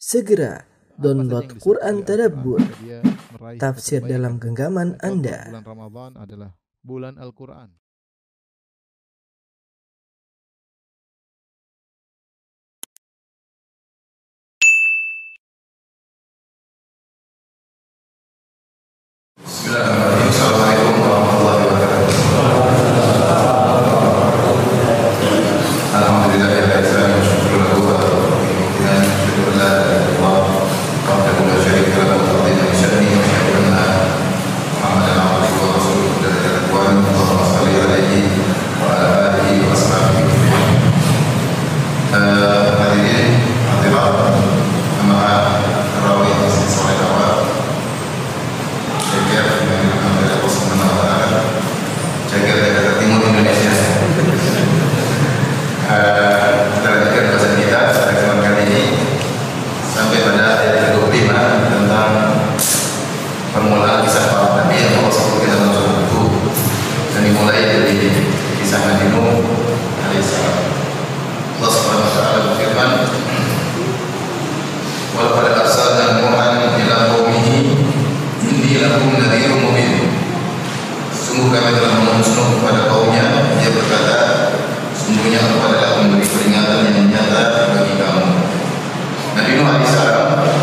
Segera download Quran Tadabbur, Dia meraih tafsir kebaikan. dalam genggaman Anda. Bulan Ramadan adalah bulan Al-Quran. Bismillahirrahmanirrahim. Assalamualaikum warahmatullahi wabarakatuh. Alhamdulillah ya Islam wa syukur lahu wa tawfiqan syukur la ilaha wahdahu la syarika lahu wa ta'ala syarri wa syukurna Muhammadan abduhu wa rasuluhu dari Ridwan Allahumma shalli alaihi wa ala alihi wa ashabihi. Hadirin hadirat jemaah tarawih Masjid Saleh Awal. Jaga Allah Subhanahu wa taala. Jaga daerah timur Indonesia. Kita lanjutkan bahasa kita pada kesempatan kali ini sampai pada ayat 25 tentang permulaan kisah para nabi yang Allah sebutkan dalam surat Hud, dan dimulai dari kisah Nabi Nuh alaihissalam. Allah Subhanahu wa taala berfirman, "Wa laqad arsalna Nuhan ila qaumihi inni lakum nadhirun mubin." Sungguh kami telah mengutus Nuh kepada kaumnya. Dia berkata, sungguhnya aku adalah memberi peringatan yang nyata bagi kamu. Nabi Nuh alaihissalam,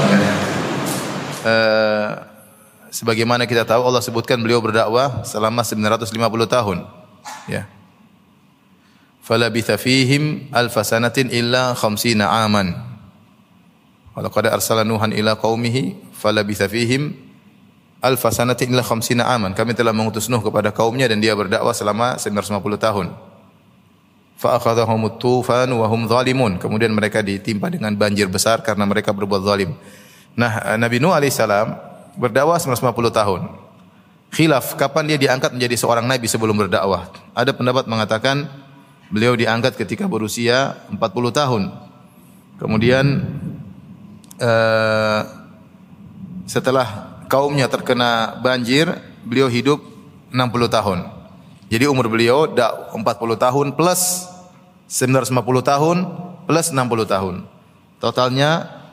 sebagaimana kita tahu Allah sebutkan beliau berdakwah selama 950 tahun. Ya. Falabitha fihim alfa sanatin illa khamsina aman. Wa laqad arsalna Nuhan ila qaumihi falabitha fihim alfa sanatin illa khamsina aman. Kami telah mengutus Nuh kepada kaumnya dan dia berdakwah selama 950 tahun. Fa akhadhahumut tufan wa hum zalimun. Kemudian mereka ditimpa dengan banjir besar karena mereka berbuat zalim. Nah, Nabi Nuh alaihissalam berdakwah 950 tahun. Khilaf kapan dia diangkat menjadi seorang nabi sebelum berdakwah. Ada pendapat mengatakan beliau diangkat ketika berusia 40 tahun. Kemudian setelah kaumnya terkena banjir, beliau hidup 60 tahun. Jadi umur beliau 40 tahun plus 950 tahun plus 60 tahun. Totalnya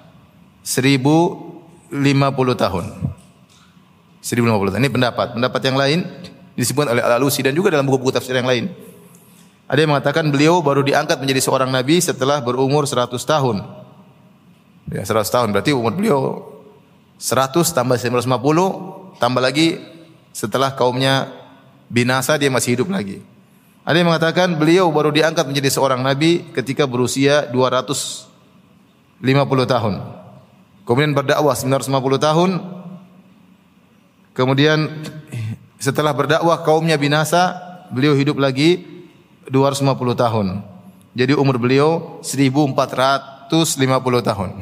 1050 tahun. 1050 tahun. Ini pendapat yang lain disebutkan oleh Al-Alusi dan juga dalam buku-buku tafsir yang lain. Ada yang mengatakan beliau baru diangkat menjadi seorang nabi setelah berumur 100 tahun. Ya, 100 tahun berarti umur beliau 100 tambah 950 tambah lagi setelah kaumnya binasa dia masih hidup lagi. Ada yang mengatakan beliau baru diangkat menjadi seorang nabi ketika berusia 250 tahun. Kemudian berdakwah 950 tahun. Kemudian setelah berdakwah kaumnya binasa, beliau hidup lagi 250 tahun. Jadi umur beliau 1450 tahun.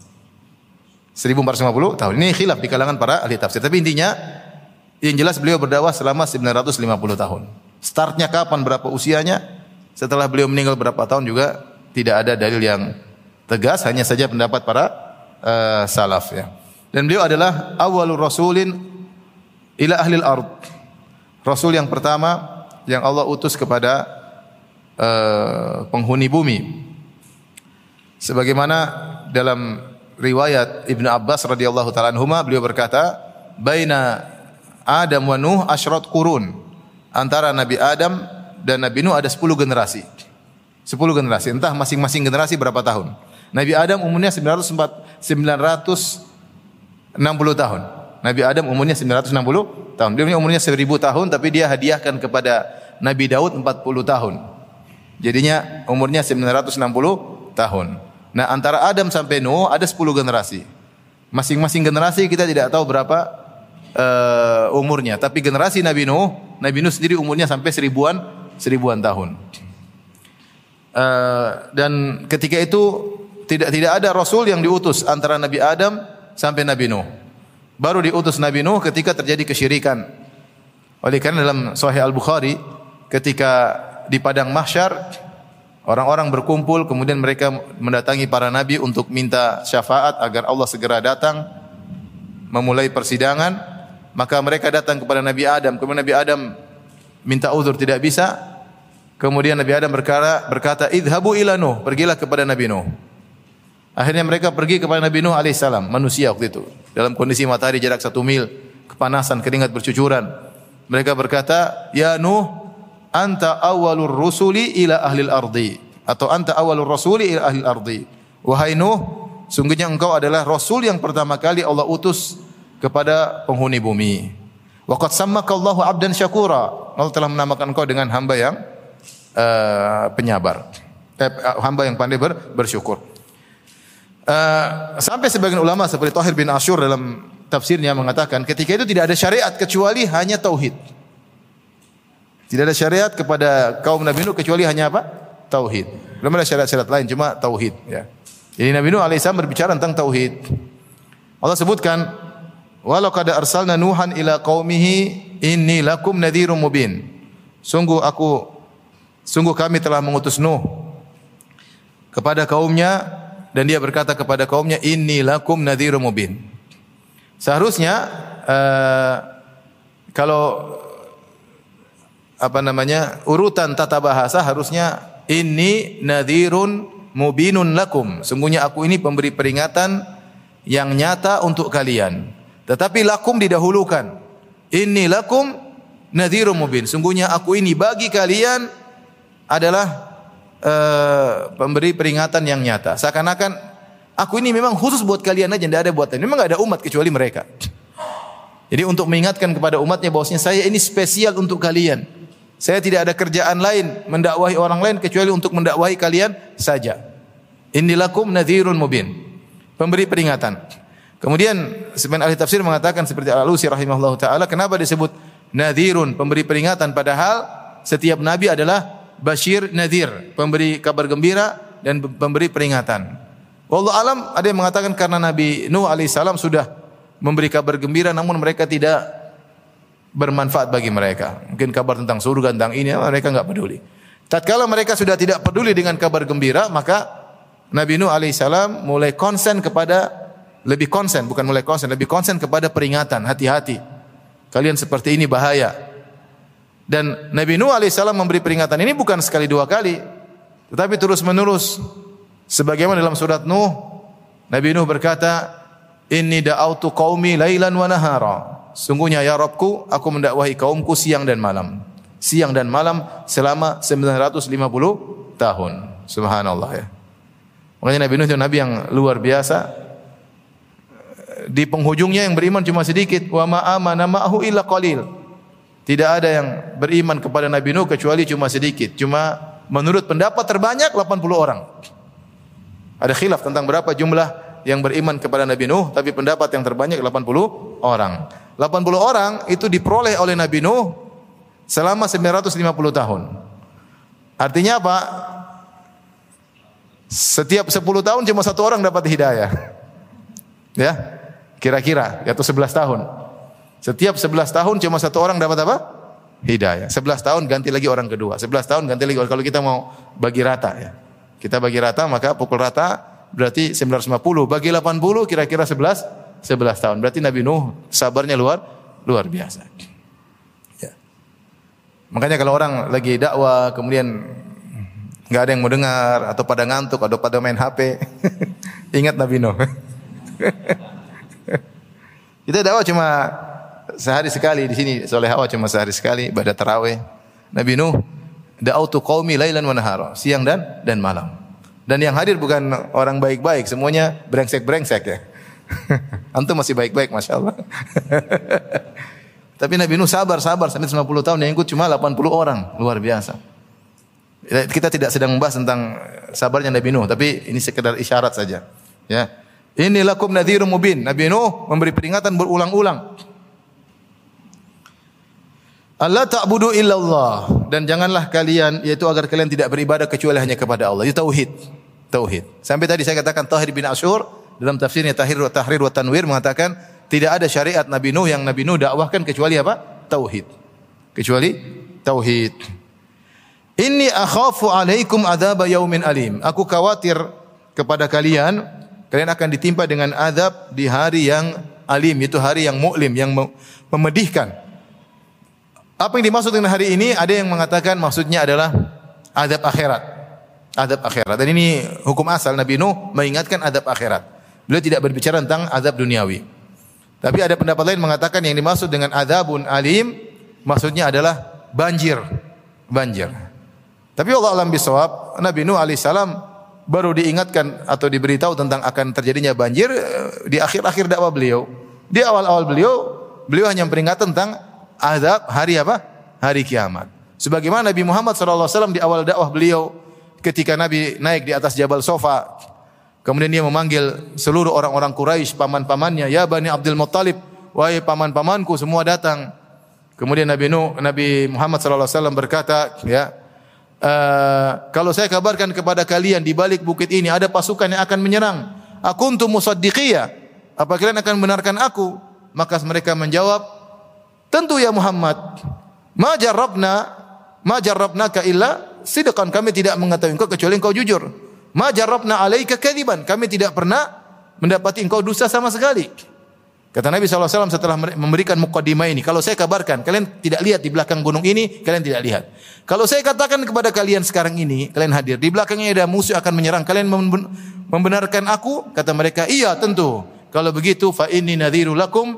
1450 tahun. Ini khilaf di kalangan para ahli tafsir. Tapi intinya yang jelas beliau berdakwah selama 950 tahun. Startnya kapan, berapa usianya? Setelah beliau meninggal berapa tahun juga tidak ada dalil yang tegas, hanya saja pendapat para salaf ya. Dan beliau adalah awwalur rasulin ila ahlil ard. Rasul yang pertama yang Allah utus kepada penghuni bumi. Sebagaimana dalam riwayat Ibnu Abbas radhiyallahu taala anhuma beliau berkata, "Baina Adam wa Nuh asyrat qurun." Antara Nabi Adam dan Nabi Nuh ada 10 generasi. 10 generasi, entah masing-masing generasi berapa tahun. Nabi Adam umurnya 960 tahun. Nabi Adam umurnya 960 tahun. Dia umurnya 1000 tahun tapi dia hadiahkan kepada Nabi Daud 40 tahun. Jadinya umurnya 960 tahun. Nah, antara Adam sampai Nuh ada 10 generasi. Masing-masing generasi kita tidak tahu berapa umurnya, tapi generasi Nabi Nuh sendiri umurnya sampai seribuan tahun. Dan ketika itu tidak ada rasul yang diutus antara Nabi Adam sampai Nabi Nuh. Baru diutus Nabi Nuh ketika terjadi kesyirikan. Oleh karena dalam Sahih Al-Bukhari ketika di padang mahsyar orang-orang berkumpul, kemudian mereka mendatangi para nabi untuk minta syafaat agar Allah segera datang memulai persidangan. Maka mereka datang kepada Nabi Adam. Kemudian Nabi Adam minta uzur tidak bisa. Kemudian Nabi Adam berkata, "Idhabu ila Nuh." Pergilah kepada Nabi Nuh. Akhirnya mereka pergi kepada Nabi Nuh alaihissalam, manusia waktu itu, dalam kondisi matahari jarak 1 mil, kepanasan, keringat bercucuran. Mereka berkata, "Ya Nuh, anta awwalur rusuli ila ahlil ardi." Atau anta awwalur rasuli ila ahlil ardi. Wahai Nuh, sungguhnya engkau adalah rasul yang pertama kali Allah utus kepada penghuni bumi. Wa qad sammakallahu 'abdan syakura. Allah telah menamakan engkau dengan hamba yang penyabar. Hamba yang pandai bersyukur. Sampai sebagian ulama seperti Thahir bin Ashur dalam tafsirnya mengatakan ketika itu tidak ada syariat kecuali hanya tauhid. Tidak ada syariat kepada kaum Nabi Nuh kecuali hanya apa? Tauhid. Belum ada syariat-syariat lain, cuma tauhid, ya. Jadi Nabi Nuh alaihissalam berbicara tentang tauhid. Allah sebutkan, "Walau qad arsalna Nuhan ila qaumihi inni lakum nadhirum mubin." Sungguh kami telah mengutus Nuh kepada kaumnya, dan dia berkata kepada kaumnya, "Inni lakum nadhirum mubin." Seharusnya kalau urutan tata bahasa harusnya inni nadhirun mubinun lakum. Sungguhnya aku ini pemberi peringatan yang nyata untuk kalian. Tetapi lakum didahulukan. Inni lakum nadhirum mubin. Sungguhnya aku ini bagi kalian adalah pemberi peringatan yang nyata. Seakan-akan aku ini memang khusus buat kalian aja, tidak ada buat lain. Memang tidak ada umat kecuali mereka. Jadi untuk mengingatkan kepada umatnya bahwasanya saya ini spesial untuk kalian. Saya tidak ada kerjaan lain mendakwahi orang lain kecuali untuk mendakwahi kalian saja. Innilakum nadhirun mubin. Pemberi peringatan. Kemudian sebagian ahli tafsir mengatakan seperti Al-Alusi rahimahullah taala, kenapa disebut nadhirun, pemberi peringatan, padahal setiap nabi adalah Bashir Nadhir, pemberi kabar gembira dan pemberi peringatan. Wallahu alam, ada yang mengatakan karena Nabi Nuh alaihissalam sudah memberi kabar gembira namun mereka tidak bermanfaat bagi mereka. Mungkin kabar tentang surga, tentang ini, mereka enggak peduli. Tatkala mereka sudah tidak peduli dengan kabar gembira, maka Nabi Nuh alaihissalam mulai konsen lebih konsen kepada peringatan, hati-hati. Kalian seperti ini bahaya. Dan Nabi Nuh alaihissalam memberi peringatan ini bukan sekali dua kali, tetapi terus menerus. Sebagaimana dalam surat Nuh, Nabi Nuh berkata, "Inni da'autu qaumi lailan wa nahara." Sungguhnya ya Rabbku, aku mendakwahi kaumku siang dan malam. Siang dan malam selama 950 tahun. Subhanallah, ya. Makanya Nabi Nuh itu nabi yang luar biasa. Di penghujungnya yang beriman cuma sedikit. Wa ma amana ma'ahu illa qalil. Tidak ada yang beriman kepada Nabi Nuh kecuali cuma sedikit. Cuma menurut pendapat terbanyak 80 orang. Ada khilaf tentang berapa jumlah yang beriman kepada Nabi Nuh, tapi pendapat yang terbanyak 80 orang. 80 orang itu diperoleh oleh Nabi Nuh selama 950 tahun. Artinya apa? Setiap 10 tahun cuma satu orang dapat hidayah. Ya, kira-kira, yaitu 11 tahun. Setiap 11 tahun cuma satu orang dapat apa? Hidayah. 11 tahun ganti lagi orang kedua. 11 tahun ganti lagi. Kalau kita mau bagi rata, ya. Kita bagi rata, maka pukul rata berarti 950. Bagi 80 kira-kira 11 tahun. Berarti Nabi Nuh sabarnya luar biasa. Ya. Makanya kalau orang lagi dakwah kemudian enggak ada yang mau dengar atau pada ngantuk atau pada main HP, ingat Nabi Nuh. Kita dakwah cuma sehari sekali di sini, Solehawa cuma sehari sekali ibadah tarawih. Nabi Nuh da'autu qaumi lailan wa nahara, siang dan malam. Dan yang hadir bukan orang baik-baik, semuanya brengsek-brengsek, ya. Antum masih baik-baik, masyaallah. Tapi Nabi Nuh sabar sampai 90 tahun, yang ikut cuma 80 orang, luar biasa. Kita tidak sedang membahas tentang sabarnya Nabi Nuh, tapi ini sekedar isyarat saja, ya. Inni lakum nadhirum mubin. Nabi Nuh memberi peringatan berulang-ulang. Allah ta'budu illallah, dan janganlah kalian, yaitu agar kalian tidak beribadah kecuali hanya kepada Allah. Itu tauhid. Sampai tadi saya katakan Thahir bin Ashur dalam tafsirnya Tahrir wa Tanwir mengatakan tidak ada syariat Nabi Nuh yang Nabi Nuh dakwahkan kecuali apa? Tauhid. Inni akhafu alaikum adzab yaumin alim. Aku khawatir kepada kalian akan ditimpa dengan azab di hari yang alim, itu hari yang mu'lim, yang memedihkan. Apa yang dimaksud dengan hari ini? Ada yang mengatakan maksudnya adalah azab akhirat. Azab akhirat. Dan ini hukum asal Nabi Nuh mengingatkan azab akhirat. Beliau tidak berbicara tentang azab duniawi. Tapi ada pendapat lain mengatakan yang dimaksud dengan azabun alim maksudnya adalah banjir. Tapi Allah alam bisawab, Nabi Nuh alaihissalam baru diingatkan atau diberitahu tentang akan terjadinya banjir di akhir-akhir dakwah beliau. Di awal-awal beliau hanya peringatkan tentang azab hari apa? Hari kiamat. Sebagaimana Nabi Muhammad SAW di awal dakwah beliau ketika Nabi naik di atas Jabal Sofa, kemudian dia memanggil seluruh orang-orang Quraisy, paman-pamannya, ya Bani Abdul Muttalib, wahai paman-pamanku semua datang. Kemudian Nabi Muhammad SAW berkata, ya, kalau saya kabarkan kepada kalian di balik bukit ini ada pasukan yang akan menyerang, akuntum musaddiqiyah, apa kalian akan benarkan aku? Maka mereka menjawab, tentu ya Muhammad. Ma jarrabnaka illa sidqan, kami tidak mengetahui engkau kecuali engkau jujur. Ma jarrabna alaika kadiban, kami tidak pernah mendapati engkau dusta sama sekali. Kata Nabi SAW setelah memberikan muqaddimah ini, kalau saya kabarkan, kalian tidak lihat di belakang gunung ini, kalian tidak lihat. Kalau saya katakan kepada kalian sekarang ini, kalian hadir, di belakangnya ada musuh akan menyerang, kalian membenarkan aku? Kata mereka, iya tentu. Kalau begitu, fa inni nadhiru lakum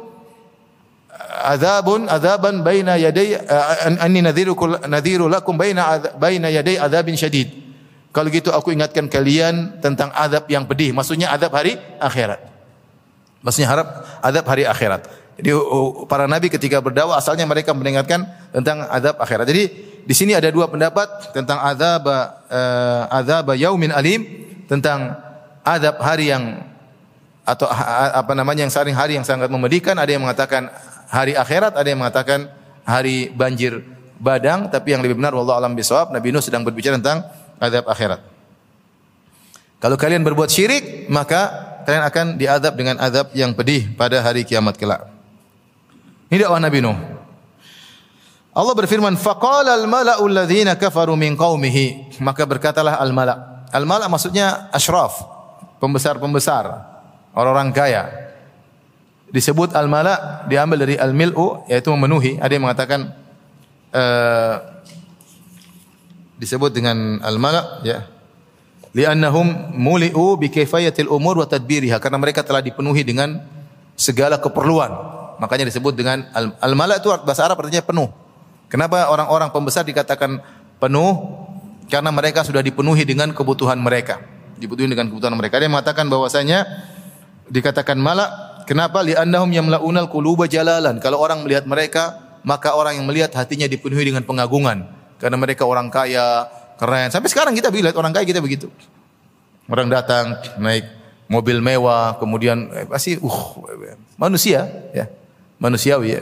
adzaban baina yaday anni nadhiru lakum baina yaday adzabin syadid. Kalau gitu aku ingatkan kalian tentang azab yang pedih, maksudnya azab hari akhirat. Maksudnya azab hari akhirat. Jadi para nabi ketika berdakwah asalnya mereka mengingatkan tentang azab akhirat. Jadi di sini ada dua pendapat tentang azab yaumin alim, tentang azab hari yang atau hari yang sangat memedihkan. Ada yang mengatakan hari akhirat, ada yang mengatakan hari banjir badang, tapi yang lebih benar wallahu alam bisawab, Nabi Nuh sedang berbicara tentang azab akhirat. Kalau kalian berbuat syirik, maka kalian akan diazab dengan azab yang pedih pada hari kiamat kelak. Ini dakwah Nabi Nuh. Allah berfirman, faqala al-mala'u alladhina kafaru min qaumihi, maka berkatalah al-mala'. Al-mala' maksudnya asyraf, pembesar-pembesar, orang-orang kaya. Disebut al-mala' diambil dari al-mil'u, yaitu memenuhi. Ada yang mengatakan disebut dengan al-mala', ya. Li'annahum muli'u bi kaifayatil umur wa tadbiriha, karena mereka telah dipenuhi dengan segala keperluan. Makanya disebut dengan al-mala' itu bahasa Arab artinya penuh. Kenapa orang-orang pembesar dikatakan penuh? Karena mereka sudah dipenuhi dengan kebutuhan mereka. Dipenuhi dengan kebutuhan mereka. Ada yang mengatakan bahwasanya dikatakan mala', kenapa? Li'annahum yamla'unal quluba jalalan. Kalau orang melihat mereka, maka orang yang melihat hatinya dipenuhi dengan pengagungan. Karena mereka orang kaya, keren. Sampai sekarang kita lihat orang kaya kita begitu. Orang datang naik mobil mewah, kemudian pasti manusia, ya. Manusiawi, ya.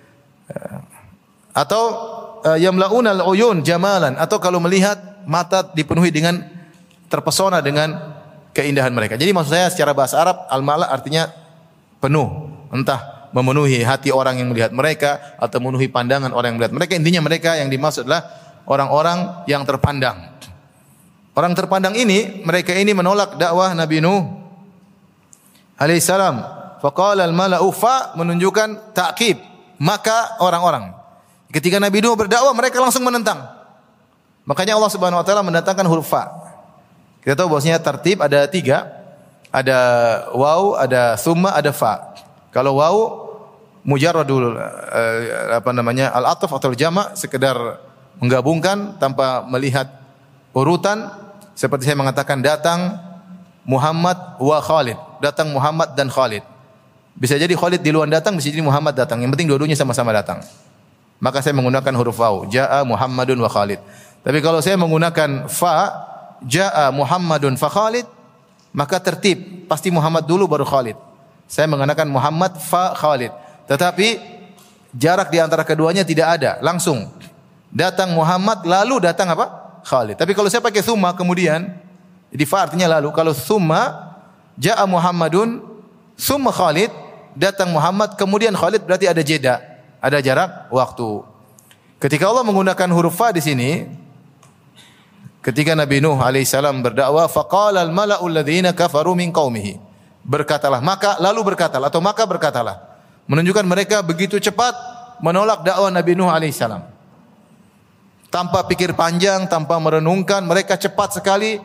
Atau yamlaunal uyun jamalan, atau kalau melihat mata dipenuhi dengan terpesona dengan keindahan mereka. Jadi maksud saya secara bahasa Arab al-mala artinya penuh, entah memenuhi hati orang yang melihat mereka atau memenuhi pandangan orang yang melihat mereka. Intinya mereka yang dimaksud adalah orang-orang yang terpandang. Orang terpandang ini, mereka ini menolak dakwah Nabi Nuh alaihissalam. Faqala al-mala'u, fa menunjukkan ta'kid. Maka orang-orang. Ketika Nabi Nuh berdakwah, mereka langsung menentang. Makanya Allah Subhanahu wa taala mendatangkan huruf fa. Kita tahu bahwasanya tertib ada 3. Ada waw, ada summa, ada fa. Kalau waw mujarradul al-atf atau jama', sekedar menggabungkan tanpa melihat urutan, seperti saya mengatakan datang Muhammad wa Khalid, datang Muhammad dan Khalid. Bisa jadi Khalid duluan datang, bisa jadi Muhammad datang. Yang penting dua-duanya sama-sama datang. Maka saya menggunakan huruf waw, jaa Muhammadun wa Khalid. Tapi kalau saya menggunakan fa, jaa Muhammadun fa Khalid, maka tertib, pasti Muhammad dulu baru Khalid. Saya menggunakan Muhammad fa Khalid. Tetapi jarak di antara keduanya tidak ada, langsung datang Muhammad lalu datang apa? Khalid. Tapi kalau saya pakai summa kemudian, jadi fa artinya lalu. Kalau summa jaa Muhammadun summa Khalid, datang Muhammad kemudian Khalid, berarti ada jeda, ada jarak waktu. Ketika Allah menggunakan huruf fa di sini, ketika Nabi Nuh alaihissalam berdakwah, faqala al-mala'u alladhina kafaru min qaumihi, berkatalah, maka berkatalah, menunjukkan mereka begitu cepat menolak dakwah Nabi Nuh alaihissalam. tanpa pikir panjang, tanpa merenungkan, mereka cepat sekali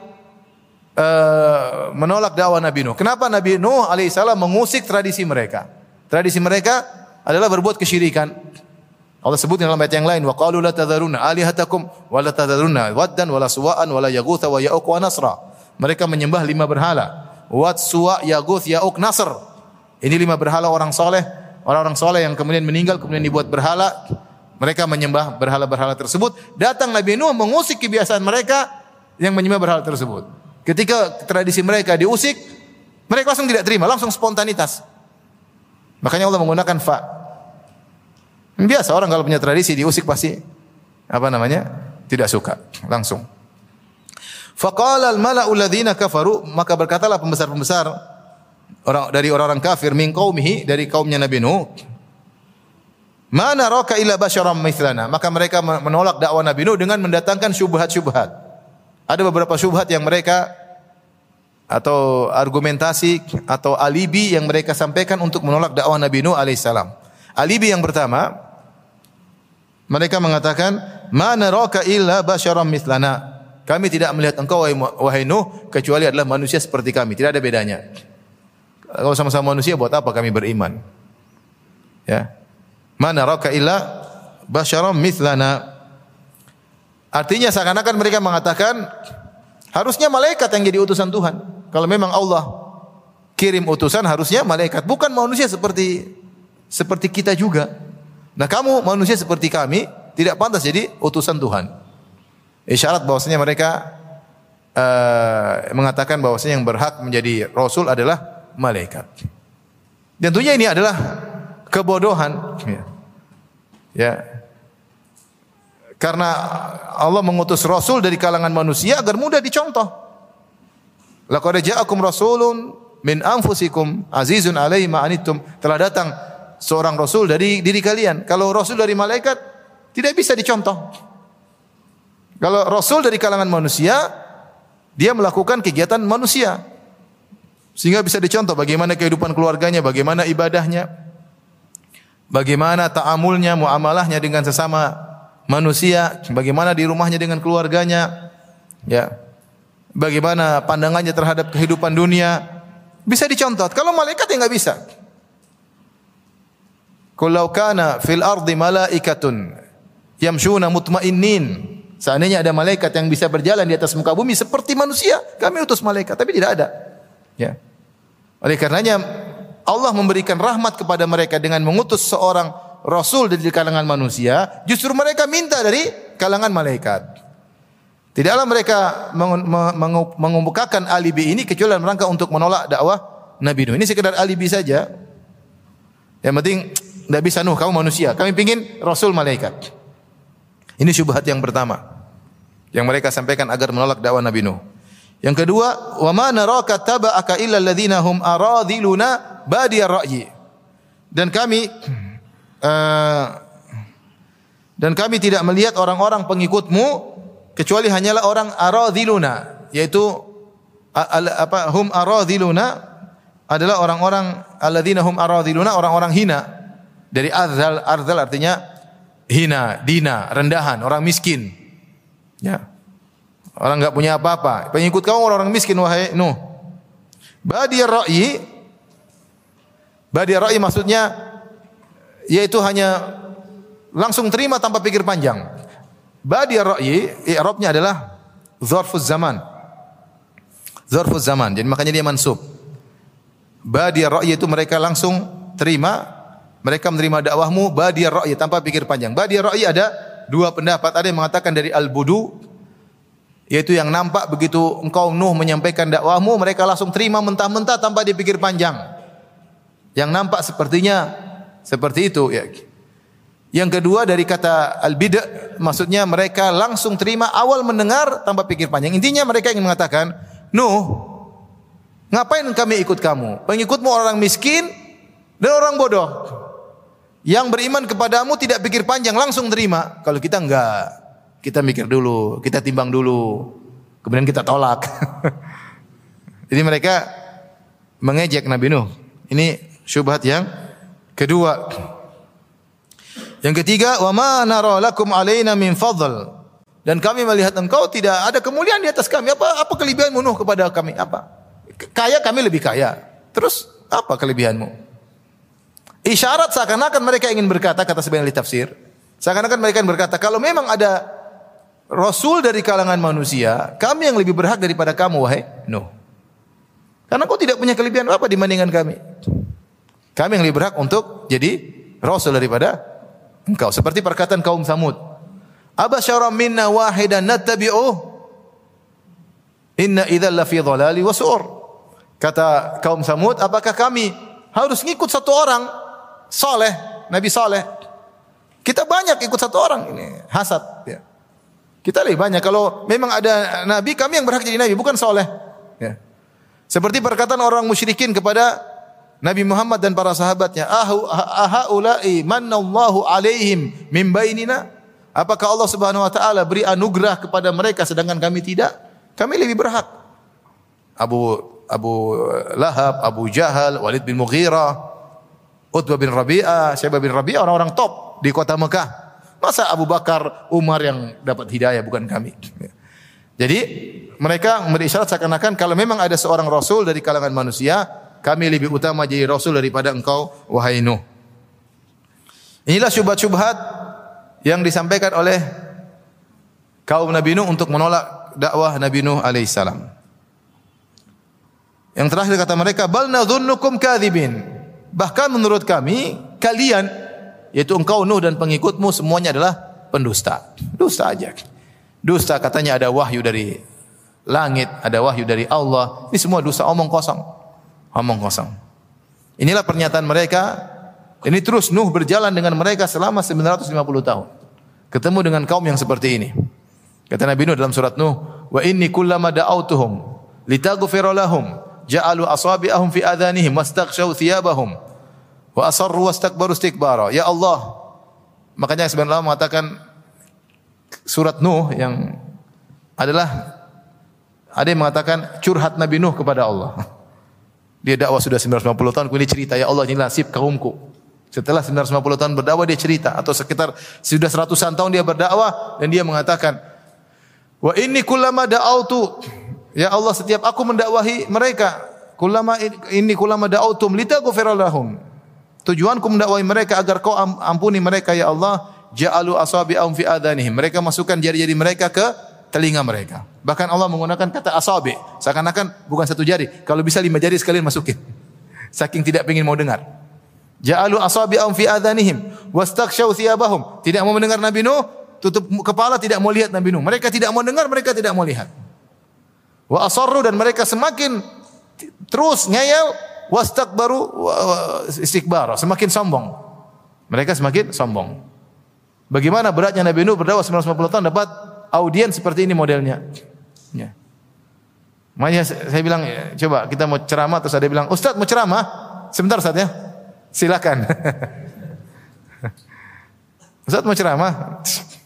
menolak dakwah Nabi Nuh. Kenapa Nabi Nuh alaihissalam mengusik tradisi mereka? Tradisi mereka adalah berbuat kesyirikan. Allah sebut dalam ayat yang lain, wa qalu la tadharunna alihatakum wa la tadharunna waddan wa la suwa'an wa la yaghutha wa ya'uq wa nasra. Mereka menyembah 5 berhala. Wad, Suwa, Yaguth, Ya'uq, Nasr. Ini 5 berhala orang soleh. Orang-orang soleh yang kemudian meninggal, kemudian dibuat berhala. Mereka menyembah berhala-berhala tersebut. Datang Nabi Nuh mengusik kebiasaan mereka yang menyembah berhala tersebut. Ketika tradisi mereka diusik, mereka langsung tidak terima, langsung spontanitas. Makanya Allah menggunakan fa. Biasa orang kalau punya tradisi diusik pasti tidak suka, langsung. Faqala al-mala'u alladziina kafaru, maka berkatalah pembesar-pembesar orang-orang kafir min qaumihi, dari kaumnya Nabi Nuh, ma naraka illa basyaram mithlana. Maka mereka menolak dakwah Nabi Nuh dengan mendatangkan syubhat-syubhat. Ada beberapa syubhat yang mereka atau argumentasi atau alibi yang mereka sampaikan untuk menolak dakwah Nabi Nuh alaihissalam. Alibi yang pertama, mereka mengatakan, ma naraka illa basyaram mithlana. Kami tidak melihat engkau wahai Nuh kecuali adalah manusia seperti kami, tidak ada bedanya. Kalau sama-sama manusia buat apa kami beriman? Ya. Ma naraka illa basyaram mithlana. Artinya seakan-akan mereka mengatakan harusnya malaikat yang jadi utusan Tuhan. Kalau memang Allah kirim utusan harusnya malaikat, bukan manusia seperti kita juga. Nah, kamu manusia seperti kami tidak pantas jadi utusan Tuhan. Isyarat bahwasanya mereka mengatakan bahwasanya yang berhak menjadi rasul adalah malaikat. Dan tentunya ini adalah kebodohan. Ya. Karena Allah mengutus rasul dari kalangan manusia agar mudah dicontoh. Laqad ja'akum rasulun min anfusikum azizun 'alaihi ma anittum. Telah datang seorang rasul dari diri kalian. Kalau rasul dari malaikat tidak bisa dicontoh. Kalau rasul dari kalangan manusia, dia melakukan kegiatan manusia. Sehingga bisa dicontoh bagaimana kehidupan keluarganya, bagaimana ibadahnya, bagaimana ta'amulnya, muamalahnya dengan sesama manusia, bagaimana di rumahnya dengan keluarganya, ya. Bagaimana pandangannya terhadap kehidupan dunia, bisa dicontoh. Kalau malaikat ya enggak bisa. Qul law kana fil ardi malaikatun yamshuna mutmainnin. Seandainya ada malaikat yang bisa berjalan di atas muka bumi seperti manusia, kami utus malaikat, tapi tidak ada. Ya. Oleh karenanya Allah memberikan rahmat kepada mereka dengan mengutus seorang rasul dari kalangan manusia, justru mereka minta dari kalangan malaikat. Tidaklah mereka mengemukakan alibi ini kecuali dalam rangka untuk menolak dakwah Nabi Nuh. Ini sekedar alibi saja. Yang penting tidak bisa Nuh, kamu manusia. Kami ingin rasul malaikat. Ini syubhat yang pertama yang mereka sampaikan agar menolak dakwah Nabi Nuh. Yang kedua, wa ma naraka taba'aka illa alladziina hum aradhiluna badiyar ra'yi. Dan kami tidak melihat orang-orang pengikutmu kecuali hanyalah orang aradhiluna, yaitu hum aradhiluna adalah orang-orang alladziina hum aradhiluna, orang-orang hina. Dari ardhal artinya hina, dina, rendahan, orang miskin. Ya. Orang enggak punya apa-apa. Pengikut kamu orang-orang miskin wahai Nuh. Badiyar ra'yi maksudnya yaitu hanya langsung terima tanpa pikir panjang. Badiyar ra'yi i'rabnya adalah dzarfuz zaman. Dzarfuz zaman. Jadi makanya dia mansub. Badiyar ra'yi itu mereka langsung terima. Mereka menerima dakwahmu badiyar ra'yi tanpa pikir panjang. Badiyar ra'yi ada 2 pendapat. Ada yang mengatakan dari al-budu, yaitu yang nampak begitu engkau Nuh menyampaikan dakwahmu, mereka langsung terima mentah-mentah tanpa dipikir panjang. Yang nampak sepertinya seperti itu. Ya. Yang kedua dari kata al-bid', maksudnya mereka langsung terima awal mendengar tanpa pikir panjang. Intinya mereka ingin mengatakan, Nuh, ngapain kami ikut kamu? Pengikutmu orang miskin dan orang bodoh. Yang beriman kepadamu tidak pikir panjang, langsung terima. Kalau kita enggak, kita mikir dulu, kita timbang dulu, kemudian kita tolak. Jadi mereka mengejek Nabi Nuh. Ini syubhat yang kedua. Yang ketiga, wa ma nara lakum alaina min fadl. dan kami melihat engkau tidak ada kemuliaan di atas kami. Apa kelebihanmu Nuh kepada kami? Apa? Kaya, kami lebih kaya. Terus apa kelebihanmu? Isyarat seakan-akan mereka ingin berkata, kata sebagian ahli tafsir, seakan-akan mereka ingin berkata, kalau memang ada rasul dari kalangan manusia, kami yang lebih berhak daripada kamu, wahai Nuh. Karena kau tidak punya kelebihan apa dibandingkan kami. Kami yang lebih berhak untuk jadi rasul daripada engkau. Seperti perkataan kaum Samud. Abasyaram minna wahidan nattabi'uh inna idzal lafi dhalali wa su'ur. Kata kaum Samud, apakah kami harus ngikut satu orang saleh, Nabi saleh? Kita banyak ikut satu orang, ini hasad ya. Kita lebih banyak. Kalau memang ada nabi, kami yang berhak jadi nabi, bukan saleh ya. Seperti perkataan orang musyrikin kepada Nabi Muhammad dan para sahabatnya, ahaula'i manallahu alaihim min bainina? Apakah Allah Subhanahu wa taala beri anugerah kepada mereka sedangkan kami tidak? Kami lebih berhak. Abu Lahab, Abu Jahal, Walid bin Mughirah, Utbah bin Rabi'ah, Syaibah bin Rabi'ah, orang-orang top di kota Mekah. Masa Abu Bakar, Umar yang dapat hidayah, bukan kami? Jadi mereka memberi isyarat seakan-akan kalau memang ada seorang rasul dari kalangan manusia, kami lebih utama jadi rasul daripada engkau, wahai Nuh. Inilah syubhat-syubhat yang disampaikan oleh kaum Nabi Nuh untuk menolak dakwah Nabi Nuh alaihissalam. Yang terakhir kata mereka, bal nadhunnukum kadzibin. Bahkan menurut kami, kalian, yaitu engkau Nuh dan pengikutmu, semuanya adalah pendusta. Dusta aja. Dusta, katanya ada wahyu dari langit, ada wahyu dari Allah. Ini semua dusta, omong kosong. Omong kosong. Inilah pernyataan mereka. Ini terus Nuh berjalan dengan mereka selama 950 tahun. Ketemu dengan kaum yang seperti ini. Kata Nabi Nuh dalam surat Nuh, wa inni kullama da'autuhum litaghfira lahum ja'alu asabi'ahum fi adhanihim wastaghshaw thiyabahum wa asarru wastakbaru istikbara. Ya Allah. Makanya sebenarnya Allah mengatakan surat Nuh yang adalah ada yang mengatakan curhat Nabi Nuh kepada Allah. Dia dakwah sudah 950 tahun, kemudian cerita, ya Allah ini nasib kaumku. Setelah 950 tahun berdakwah dia cerita, atau sekitar sudah 100-an tahun dia berdakwah dan dia mengatakan, wa inni kullama da'autu, ya Allah setiap aku mendakwahi mereka, kullama da'autum litaghfira lahum. Tujuanku mendakwahi mereka agar kau ampuni mereka ya Allah, ja'alu asabi'ahum fi adhanihim. Mereka masukkan jari-jari mereka ke telinga mereka. Bahkan Allah menggunakan kata asabi, seakan-akan bukan satu jari. Kalau bisa 5 jari sekalian masukin. Saking tidak ingin mau dengar. Ja'alu asabi'ahum fi adhanihim wastaghshaw thiyabahum. Tidak mau mendengar Nabi Nuh, tutup kepala, tidak mau lihat Nabi Nuh. Mereka tidak mau dengar, mereka tidak mau lihat. Wa asarru, dan mereka semakin terus ngeyel, wastakbaru istikbara, semakin sombong. Mereka semakin sombong. Bagaimana beratnya Nabi Nuh berdakwah 950 tahun dapat audiens seperti ini modelnya. Ya. Makanya saya bilang, ya, coba kita mau ceramah, terus ada yang bilang, Ustaz mau ceramah? Sebentar Ustaz ya. Silakan. Ustaz mau ceramah?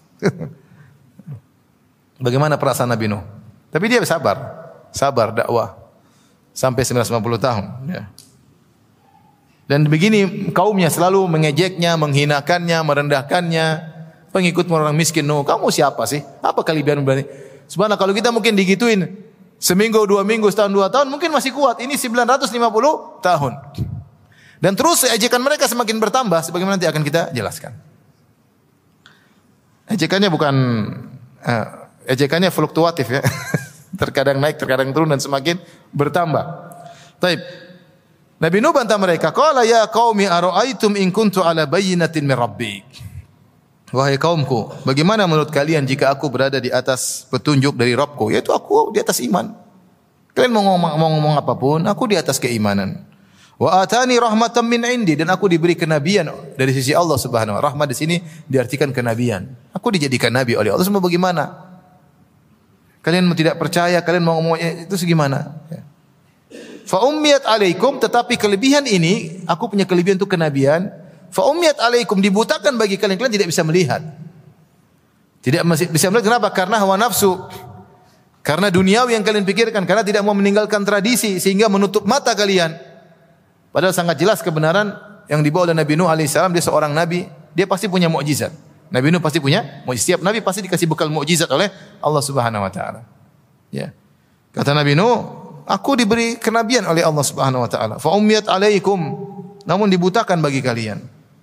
Bagaimana perasaan Nabi Nuh? Tapi dia sabar dakwah sampai 950 tahun. Ya. Dan begini kaumnya selalu mengejeknya, menghinakannya, merendahkannya. Pengikut orang miskin, Nuh, kamu siapa sih? Apa kelebihan berani? Subhanallah, kalau kita mungkin digituin seminggu, 2 minggu, setahun, 2 tahun, mungkin masih kuat. Ini 950 tahun. Dan terus ejekan mereka semakin bertambah, sebagaimana nanti akan kita jelaskan. Ejekannya bukan ejekannya fluktuatif ya. Terkadang naik, terkadang turun dan semakin bertambah. Baik. Nabi Nuh bantah mereka, qala ya qaumi ara'aitum in kuntu ala bayyinatin min rabbi. Wahai kaumku, bagaimana menurut kalian jika aku berada di atas petunjuk dari Rabbku, yaitu aku di atas iman. Kalian mau ngomong apapun, aku di atas keimanan. Wa atani rahmatan min indi, dan aku diberi kenabian dari sisi Allah Subhanahu wa taala. Rahmat di sini diartikan kenabian. Aku dijadikan nabi oleh Allah. Semua bagaimana? Kalian tidak percaya, kalian mau ngomong itu segimana? Ya. Fa ummiyat alaikum, tetapi kelebihan ini, aku punya kelebihan itu kenabian. Fa ummiyat alaikum, dibutakan bagi kalian, kalian tidak bisa melihat. Tidak bisa melihat, kenapa? Karena hawa nafsu. Karena duniawi yang kalian pikirkan, karena tidak mau meninggalkan tradisi sehingga menutup mata kalian. Padahal sangat jelas kebenaran yang dibawa oleh Nabi Nuh alaihissalam, dia seorang nabi, dia pasti punya mukjizat. Nabi Nuh pasti punya mukjizat. Setiap nabi pasti dikasih bekal mukjizat oleh Allah Subhanahu wa taala. Ya. Kata Nabi Nuh, aku diberi kenabian oleh Allah Subhanahu wa taala. Fa ummiyat alaikum, namun dibutakan bagi kalian.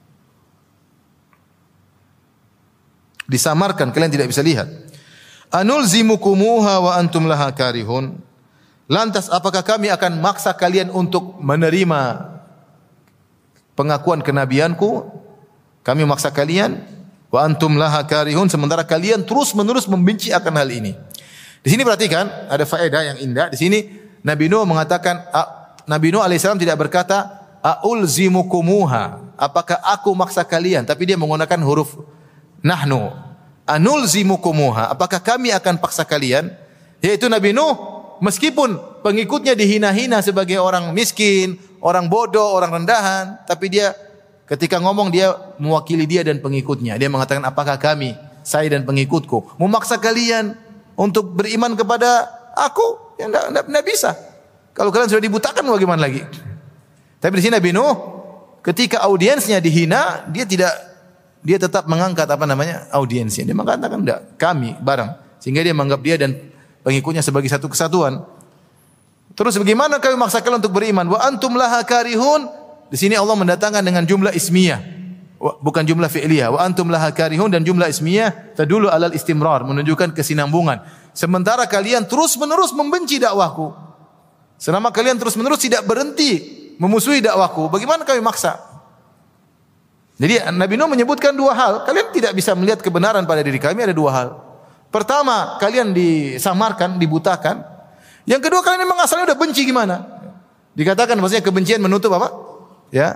Disamarkan, kalian tidak bisa lihat. Anulzimukumuha wa antum laha karihun. Lantas apakah kami akan maksa kalian untuk menerima pengakuan kenabianku? Kami maksa kalian wa antum laha karihun, sementara kalian terus-menerus membenci akan hal ini. Di sini perhatikan, ada faedah yang indah. Di sini Nabi Nuh mengatakan, Nabi Nuh alaihissalam tidak berkata aulzimukumuha, apakah aku maksa kalian, tapi dia menggunakan huruf nahnu. Anulzimukumuha, apakah kami akan paksa kalian? Yaitu Nabi Nuh meskipun pengikutnya dihina-hina sebagai orang miskin, orang bodoh, orang rendahan, tapi dia ketika ngomong dia mewakili dia dan pengikutnya. Dia mengatakan, apakah kami, saya dan pengikutku, memaksa kalian untuk beriman kepada aku? Ya enggak bisa. Kalau kalian sudah dibutakan bagaimana lagi? Tapi di sini Nabi Nuh ketika audiensnya dihina, dia tetap mengangkat audiensnya. Dia mengatakan enggak, kami bareng. Sehingga dia menganggap dia dan pengikutnya sebagai satu kesatuan. Terus bagaimana kami memaksa kalian untuk beriman? Wa antum laha karihun. Di sini Allah mendatangkan dengan jumlah ismiyah, bukan jumlah fi'liyah. Wa antum laha karihun, dan jumlah ismiyah tadullu alal istimrar, menunjukkan kesinambungan. Sementara kalian terus-menerus membenci dakwahku. Selama kalian terus-menerus tidak berhenti memusuhi dakwahku, bagaimana kami maksa? Jadi Nabi Nuh menyebutkan dua hal. Kalian tidak bisa melihat kebenaran pada diri kami, ada dua hal. Pertama, kalian disamarkan, dibutakan. Yang kedua, kalian memang asalnya udah benci gimana? Dikatakan maksudnya kebencian menutup apa? Ya,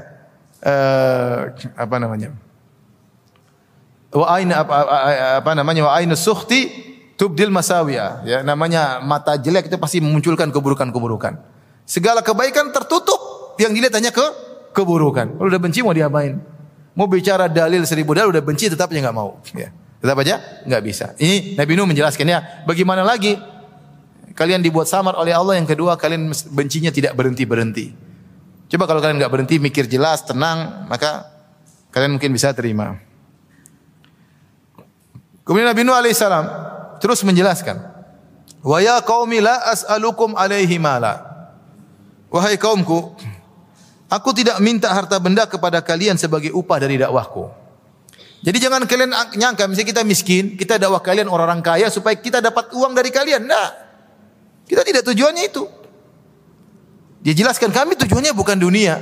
Wa ainu sukhti tubdil masawiya. Ya, namanya mata jelek itu pasti memunculkan keburukan-keburukan. Segala kebaikan tertutup, yang dilihat hanya keburukan. Kalau udah benci mau diapain? Mau bicara dalil 1000 dalil udah benci tetapnya enggak mau. Ya. Tetap aja enggak bisa. Ini Nabi Nuh menjelaskannya. Bagaimana lagi? Kalian dibuat samar oleh Allah. Yang kedua, kalian bencinya tidak berhenti-berhenti. Coba kalau kalian enggak berhenti, mikir jelas, tenang, maka kalian mungkin bisa terima. Kemudian Nabi Nuh alaihissalam terus menjelaskan. Wa ya qaumi la as'alukum alaihi mala. Wahai kaumku, aku tidak minta harta benda kepada kalian sebagai upah dari dakwahku. Jadi jangan kalian nyangka misalnya kita miskin, kita dakwah kalian orang-orang kaya supaya kita dapat uang dari kalian. Nah, kita tidak tujuannya itu. Dia jelaskan kami tujuannya bukan dunia.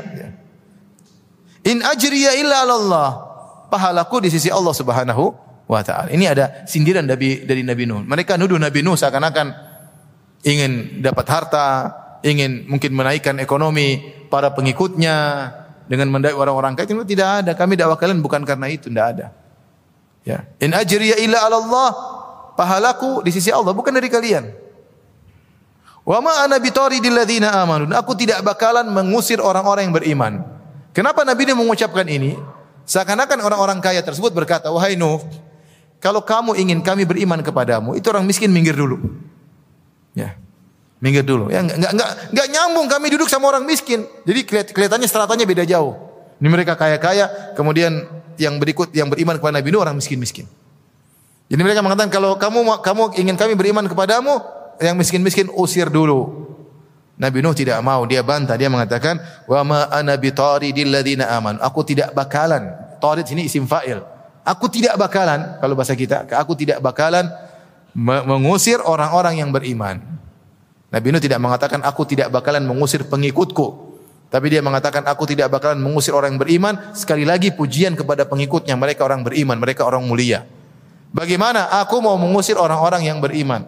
In ajriya illa 'ala Allah. Pahalaku di sisi Allah Subhanahu wa taala. Ini ada sindiran dari Nabi Nuh. Mereka nuduh Nabi Nuh seakan-akan ingin dapat harta, ingin mungkin menaikkan ekonomi para pengikutnya dengan mendakwai orang-orang kaya. Tidak ada. Kami dakwah kalian bukan karena itu, tidak ada. Ya. In ajriya illa 'ala Allah. Pahalaku di sisi Allah, bukan dari kalian. Wa ma ana bitaridil ladzina amanu. Aku tidak bakalan mengusir orang-orang yang beriman. Kenapa Nabi Nuh mengucapkan ini? Seakan-akan orang-orang kaya tersebut berkata, wahai Nuh, kalau kamu ingin kami beriman kepadamu, itu orang miskin minggir dulu. Ya. Minggir dulu. Ya, enggak nyambung kami duduk sama orang miskin. Jadi kelihatannya stratanya beda jauh. Ini mereka kaya-kaya, kemudian yang berikut yang beriman kepada Nabi Nuh orang miskin-miskin. Jadi mereka mengatakan kalau kamu ingin kami beriman kepadamu, yang miskin-miskin usir dulu. Nabi Nuh tidak mau, dia bantah, dia mengatakan wa ma ana bitaridil ladzina amanu. Aku tidak bakalan, tarid sini isim fa'il. Aku tidak bakalan, kalau bahasa kita, aku tidak bakalan mengusir orang-orang yang beriman. Nabi Nuh tidak mengatakan aku tidak bakalan mengusir pengikutku. Tapi dia mengatakan aku tidak bakalan mengusir orang yang beriman. Sekali lagi pujian kepada pengikutnya, mereka orang beriman, mereka orang mulia. Bagaimana aku mau mengusir orang-orang yang beriman?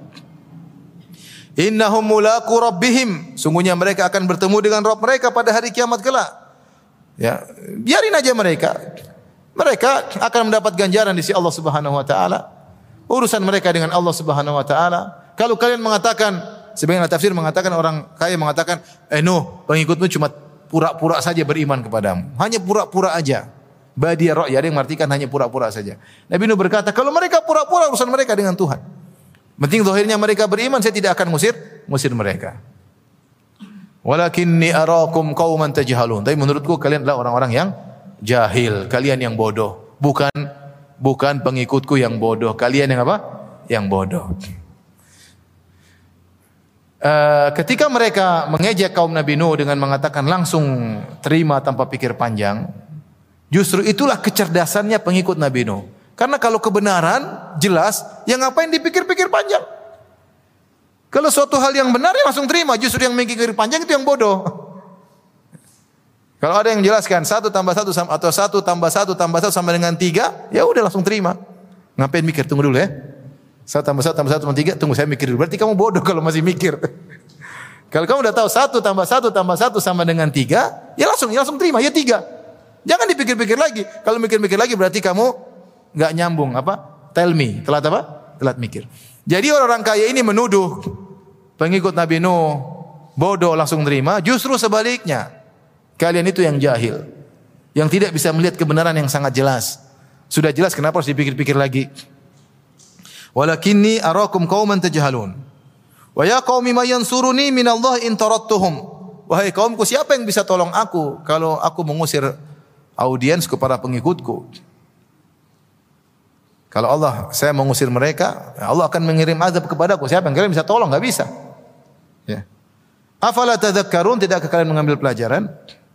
Innahum mulaqu rabbihim. Sungguhnya mereka akan bertemu dengan Rabb mereka pada hari kiamat kelak. Ya, biarin aja mereka. Mereka akan mendapat ganjaran di sisi Allah Subhanahu wa taala. Urusan mereka dengan Allah Subhanahu wa taala. Kalau kalian mengatakan, sebagian tafsir mengatakan orang kaya mengatakan, Nuh, pengikutmu cuma pura-pura saja beriman kepadamu. Hanya pura-pura aja. Badia ra'ya, ada yang mengartikan hanya pura-pura saja. Nabi Nuh berkata, kalau mereka pura-pura urusan mereka dengan Tuhan. Penting zahirnya mereka beriman, saya tidak akan musir mereka. Walakinni arakum qauman tajhalun. Tapi menurutku kalian adalah orang-orang yang jahil, kalian yang bodoh, bukan bukan pengikutku yang bodoh. Kalian yang apa? Yang bodoh. Ketika mereka mengejek kaum Nabi Nuh dengan mengatakan langsung terima tanpa pikir panjang, justru itulah kecerdasannya pengikut Nabi Nuh. Karena kalau kebenaran jelas, ya ngapain dipikir-pikir panjang? Kalau suatu hal yang benar ya langsung terima, justru yang mikir panjang itu yang bodoh. Kalau ada yang jelaskan 1 tambah 1 atau 1 tambah 1 tambah 1 sama dengan 3, ya udah langsung terima. Ngapain mikir? Tunggu dulu ya. 1 tambah 1 tambah 1 tambah 3, tunggu saya mikir dulu. Berarti kamu bodoh kalau masih mikir. Kalau kamu udah tahu 1 tambah 1 tambah 1 sama dengan 3, ya langsung terima, ya 3. Jangan dipikir-pikir lagi. Kalau mikir-mikir lagi berarti kamu enggak nyambung apa? Tell me, telat apa? Telat mikir. Jadi orang-orang kaya ini menuduh pengikut Nabi Nuh bodoh langsung terima, justru sebaliknya. Kalian itu yang jahil, yang tidak bisa melihat kebenaran yang sangat jelas. Sudah jelas kenapa harus dipikir-pikir lagi? Walakinni arakum qauman tajhalun. Wa ya qaumi may yansuruni minallahi in tarattuhum. Wahai kaumku, siapa yang bisa tolong aku kalau aku mengusir audiensku para pengikutku? Kalau saya mengusir mereka, Allah akan mengirim azab kepadaku. Siapa yang kalian bisa tolong? Enggak bisa. Ya. Afala tadhakkarun, tidakkah kalian mengambil pelajaran?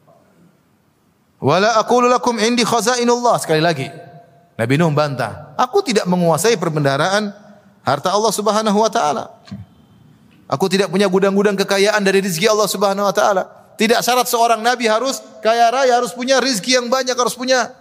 Wala aqulu lakum indi khazainullah. Sekali lagi Nabi Nuh bantah, aku tidak menguasai perbendaharaan harta Allah Subhanahu wa taala. Aku tidak punya gudang-gudang kekayaan dari rezeki Allah Subhanahu wa taala. Tidak syarat seorang nabi harus kaya raya, harus punya rezeki yang banyak, harus punya.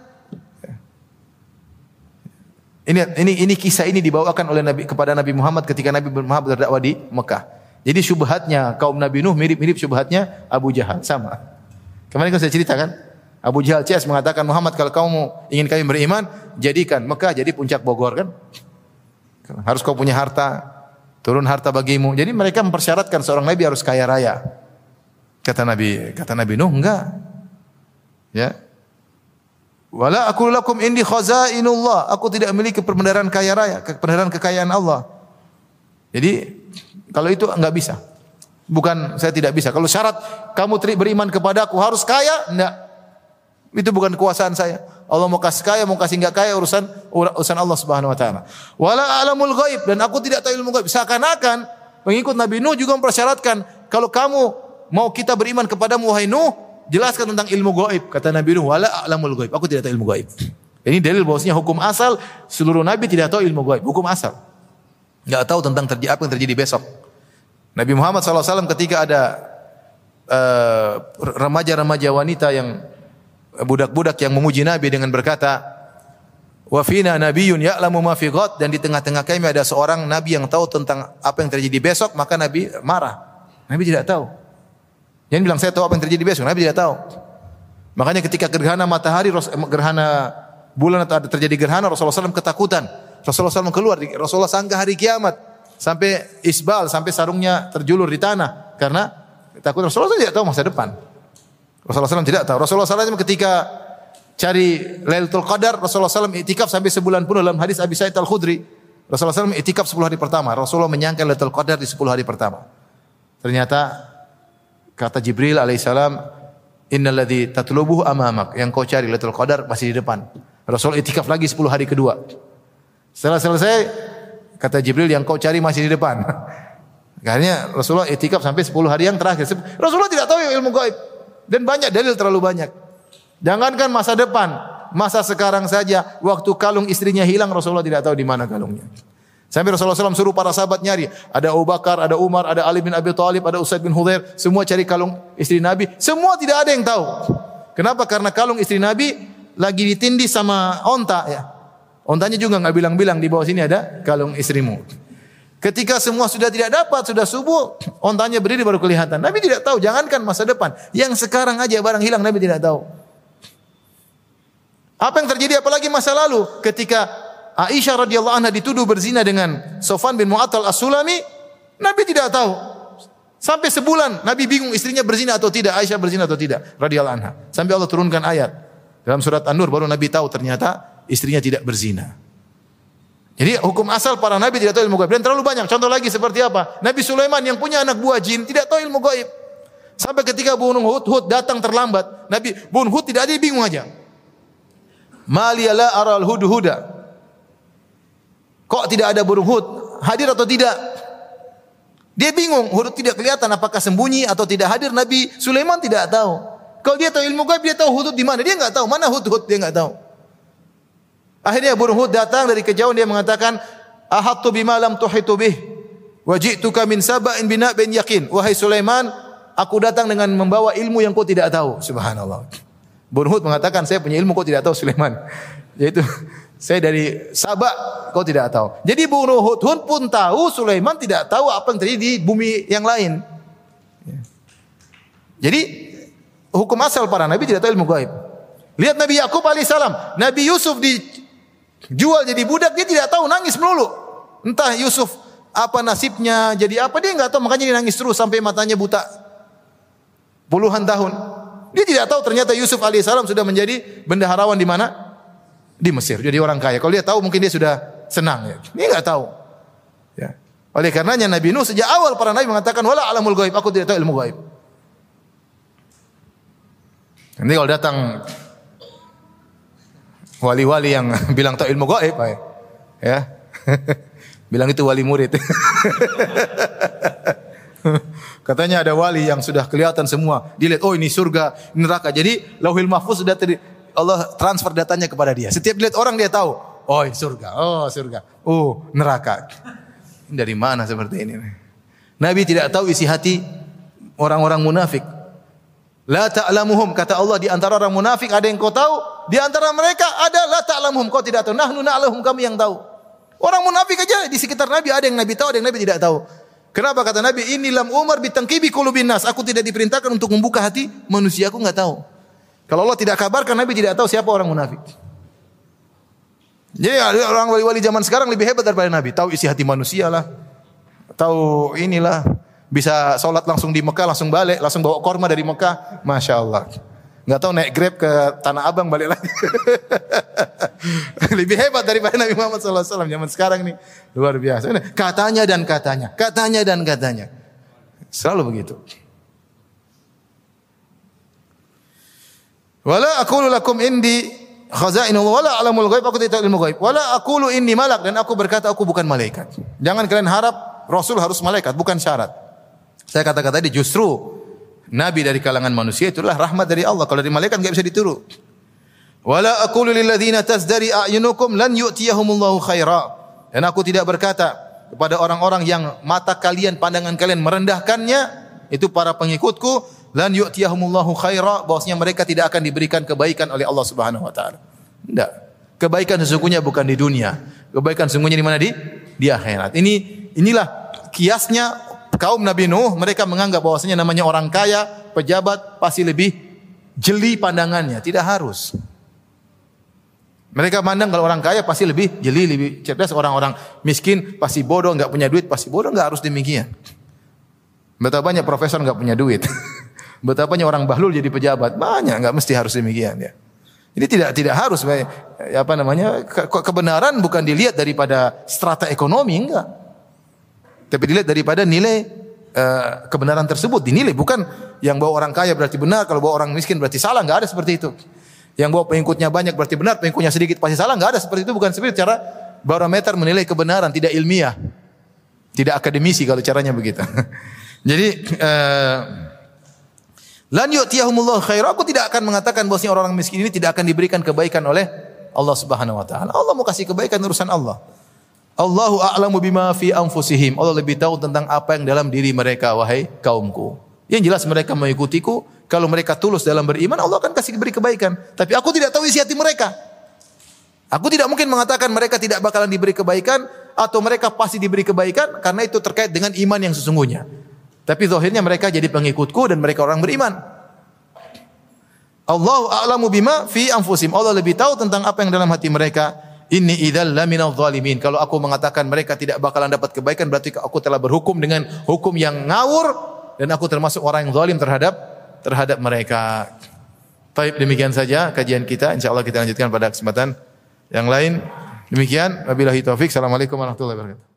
Ini kisah ini dibawakan oleh Nabi kepada Nabi Muhammad ketika Nabi Muhammad berdakwah di Mekah. Jadi syubhatnya kaum Nabi Nuh mirip-mirip syubhatnya Abu Jahal, sama. Kemarin kan saya ceritakan, Abu Jahal CS mengatakan, Muhammad kalau kamu ingin kami beriman, jadikan Mekah jadi puncak Bogor kan. Harus kau punya harta, turun harta bagimu. Jadi mereka mempersyaratkan seorang nabi harus kaya raya. Kata Nabi Nuh enggak. Ya. Wala aqulu lakum indi khazainullah. Aku tidak memiliki perbendaharaan kaya raya, perbendaharaan kekayaan Allah. Jadi kalau itu enggak bisa. Bukan saya tidak bisa. Kalau syarat kamu beriman kepadaku harus kaya, enggak. Itu bukan kekuasaan saya. Allah mau kasih kaya, mau kasih enggak kaya urusan Allah Subhanahu wa taala. Wala a'lamul ghaib, dan aku tidak tahu ilmu ghaib. Seakan-akan pengikut Nabi Nuh juga mempersyaratkan, kalau kamu mau kita beriman kepadamu wahai Nuh, jelaskan tentang ilmu ghaib. Kata Nabi Nuh, wala a'lamul ghaib. Aku tidak tahu ilmu ghaib. Ini dalil bahwasanya hukum asal seluruh nabi tidak tahu ilmu ghaib, hukum asal. Enggak tahu tentang apa yang terjadi besok. Nabi Muhammad SAW ketika ada remaja-remaja wanita yang budak-budak yang memuji Nabi dengan berkata, wa fina nabiyyun ya'lamu ma fi ghad, dan di tengah-tengah kami ada seorang nabi yang tahu tentang apa yang terjadi besok, maka Nabi marah. Nabi tidak tahu. Jangan bilang saya tahu apa yang terjadi besok, Nabi tidak tahu. Makanya ketika gerhana matahari, gerhana bulan atau ada terjadi gerhana, Rasulullah SAW ketakutan. Rasulullah SAW keluar, Rasulullah sangka hari kiamat, sampai isbal, sampai sarungnya terjulur di tanah karena takut. Rasulullah tidak tahu masa depan. Rasulullah SAW tidak tahu. Rasulullah SAW ketika cari Lailatul Qadar, Rasulullah SAW itikaf sampai sebulan penuh. Dalam hadis Abi Sa'id Al-Khudri, Rasulullah SAW itikaf 10 hari pertama. Rasulullah menyangka Lailatul Qadar di 10 hari pertama. Ternyata kata Jibril alaihissalam, innalladzi tatlubuhu amamak, yang kau cari Lailatul Qadar masih di depan. Rasul itikaf lagi 10 hari kedua. Setelah selesai, kata Jibril, yang kau cari masih di depan. Akhirnya Rasulullah itikaf sampai 10 hari yang terakhir. Rasulullah tidak tahu ilmu gaib. Dan banyak dalil, terlalu banyak. Jangankan masa depan, masa sekarang saja, waktu kalung istrinya hilang, Rasulullah tidak tahu di mana kalungnya. Sampai Rasulullah SAW suruh para sahabat nyari. Ada Abu Bakar, ada Umar, ada Ali bin Abi Thalib, ada Usaid bin Hudzair. Semua cari kalung istri Nabi. Semua tidak ada yang tahu. Kenapa? Karena kalung istri Nabi lagi ditindih sama onta. Ya. Ontanya juga nggak bilang-bilang di bawah sini ada kalung istrimu. Ketika semua sudah tidak dapat, sudah subuh, ontanya berdiri baru kelihatan. Nabi tidak tahu, jangankan masa depan. Yang sekarang aja barang hilang, Nabi tidak tahu. Apa yang terjadi apalagi masa lalu? Ketika Aisyah radhiyallahu anha dituduh berzina dengan Sofwan bin Mu'attal As-Sulami, Nabi tidak tahu. Sampai sebulan, Nabi bingung istrinya berzina atau tidak, Aisyah berzina atau tidak, radhiyallahu anha. Sampai Allah turunkan ayat. Dalam surat An-Nur baru Nabi tahu ternyata istrinya tidak berzina. Jadi hukum asal para nabi tidak tahu ilmu gaib. Dan terlalu banyak. Contoh lagi seperti apa? Nabi Sulaiman yang punya anak buah jin tidak tahu ilmu gaib. Sampai ketika burung Hud datang terlambat, Nabi burung Hud tidak ada, bingung aja. Maliyala aral hudhuda. Kok tidak ada burung Hud? Hadir atau tidak? Dia bingung, Hud tidak kelihatan apakah sembunyi atau tidak hadir. Nabi Sulaiman tidak tahu. Kalau dia tahu ilmu gaib, dia tahu Hud di mana. Dia enggak tahu mana Hud, dia enggak tahu. Akhirnya burung Hud datang dari kejauhan, dia mengatakan, "Ahattu bima lam tuhitu bih, wa ji'tuka min saba'in bina'bin yaqin." Wahai Sulaiman, aku datang dengan membawa ilmu yang kau tidak tahu. Subhanallah. Burung Hud mengatakan, saya punya ilmu kau tidak tahu Sulaiman. Yaitu saya dari Sabak, kau tidak tahu. Jadi burung Hud pun tahu, Sulaiman tidak tahu apa yang terjadi di bumi yang lain. Jadi hukum asal para nabi tidak tahu ilmu gaib. Lihat Nabi Yakub alaihissalam, Nabi Yusuf dijual jadi budak, dia tidak tahu, nangis melulu. Entah Yusuf apa nasibnya, jadi apa dia enggak tahu, makanya dia nangis terus sampai matanya buta. Puluhan tahun. Dia tidak tahu ternyata Yusuf alaihissalam sudah menjadi bendaharawan di mana? Di Mesir, jadi orang kaya. Kalau dia tahu mungkin dia sudah senang. Ya. Dia enggak tahu. Ya. Oleh karenanya Nabi Nuh sejak awal para nabi mengatakan wala alamul ghaib, aku tidak tahu ilmu gaib. Nanti kalau datang wali-wali yang bilang tahu ilmu gaib, ya. Bilang itu wali murid. Katanya ada wali yang sudah kelihatan semua. Dilihat, oh ini surga, ini neraka. Jadi Lauhul Mahfuz sudah Allah transfer datanya kepada dia. Setiap dilihat orang dia tahu, oh surga, oh neraka. Ini dari mana seperti ini? Nabi tidak tahu isi hati orang-orang munafik. La ta'lamuhum, kata Allah, di antara orang munafik ada yang kau tahu, di antara mereka ada la ta'lamuhum, kau tidak tahu. Nahnu na'lamuhum, kami yang tahu. Orang munafik aja di sekitar Nabi ada yang Nabi tahu, ada yang Nabi tidak tahu. Kenapa kata Nabi, ini lam umar bitangkibi qulubin nas, aku tidak diperintahkan untuk membuka hati manusia, aku enggak tahu. Kalau Allah tidak kabarkan, Nabi tidak tahu siapa orang munafik. Jadi orang wali-wali zaman sekarang lebih hebat daripada Nabi. Tahu isi hati manusia lah. Tahu inilah. Bisa sholat langsung di Mekah, langsung balik. Langsung bawa korma dari Mekah. Masya Allah. Nggak tahu naik Grab ke Tanah Abang balik lagi. Lebih hebat daripada Nabi Muhammad SAW zaman sekarang ini. Luar biasa. Katanya dan katanya. Katanya dan katanya. Selalu begitu. Wala aqulu lakum indi khazainullah wala alamul ghaib, aku tidak tahu ilmu ghaib. Wala aqulu inni malak, dan aku berkata aku bukan malaikat. Jangan kalian harap rasul harus malaikat, bukan syarat. Saya katakan tadi justru nabi dari kalangan manusia itulah rahmat dari Allah. Kalau dari malaikat enggak bisa ditiru. Wala aqulu lil ladzina tazdari a'yunukum lan yu'tiyahumullahu khaira. Dan aku tidak berkata kepada orang-orang yang mata kalian, pandangan kalian merendahkannya, itu para pengikutku, lan yu'tiyahumullahu khaira, bahwasanya mereka tidak akan diberikan kebaikan oleh Allah Subhanahu wa taala. Tidak. Kebaikan sesungguhnya bukan di dunia. Kebaikan sesungguhnya di mana? Di akhirat. Inilah kiasnya kaum Nabi Nuh, mereka menganggap bahwasanya namanya orang kaya, pejabat pasti lebih jeli pandangannya, tidak harus. Mereka mandang kalau orang kaya pasti lebih jeli, lebih cerdas, orang-orang miskin pasti bodoh, enggak punya duit pasti bodoh, enggak harus demikian. Betapa banyak profesor enggak punya duit. Betapa banyak orang bahlul jadi pejabat, banyak, enggak mesti harus demikian ya. Jadi tidak harus kebenaran bukan dilihat daripada strata ekonomi, enggak. Tapi dilihat daripada nilai kebenaran tersebut, dinilai bukan yang bawa orang kaya berarti benar, kalau bawa orang miskin berarti salah, enggak ada seperti itu. Yang bawa pengikutnya banyak berarti benar, pengikutnya sedikit pasti salah, enggak ada seperti itu, bukan seperti cara barometer menilai kebenaran, tidak ilmiah. Tidak akademisi kalau caranya begitu. Jadi lan yu'tiyahumullahu khaira, aku tidak akan mengatakan bahwasanya orang-orang miskin ini tidak akan diberikan kebaikan oleh Allah Subhanahu wa taala. Allah mau kasih kebaikan urusan Allah. Allahu a'lamu bima fi anfusihim. Allah lebih tahu tentang apa yang dalam diri mereka, wahai kaumku. Yang jelas mereka mengikutiku, kalau mereka tulus dalam beriman, Allah akan kasih beri kebaikan. Tapi aku tidak tahu isi hati mereka. Aku tidak mungkin mengatakan mereka tidak bakalan diberi kebaikan atau mereka pasti diberi kebaikan, karena itu terkait dengan iman yang sesungguhnya. Tapi zahirnya mereka jadi pengikutku dan mereka orang beriman. Allahu a'lamu bima fi anfusihim. Allah lebih tahu tentang apa yang dalam hati mereka. Inni idzal laminadh zalimin. Kalau aku mengatakan mereka tidak bakalan dapat kebaikan, berarti aku telah berhukum dengan hukum yang ngawur dan aku termasuk orang yang zalim terhadap mereka. Baik, demikian saja kajian kita. Insyaallah kita lanjutkan pada kesempatan yang lain. Demikian, wabillahi taufik. Assalamualaikum warahmatullahi wabarakatuh.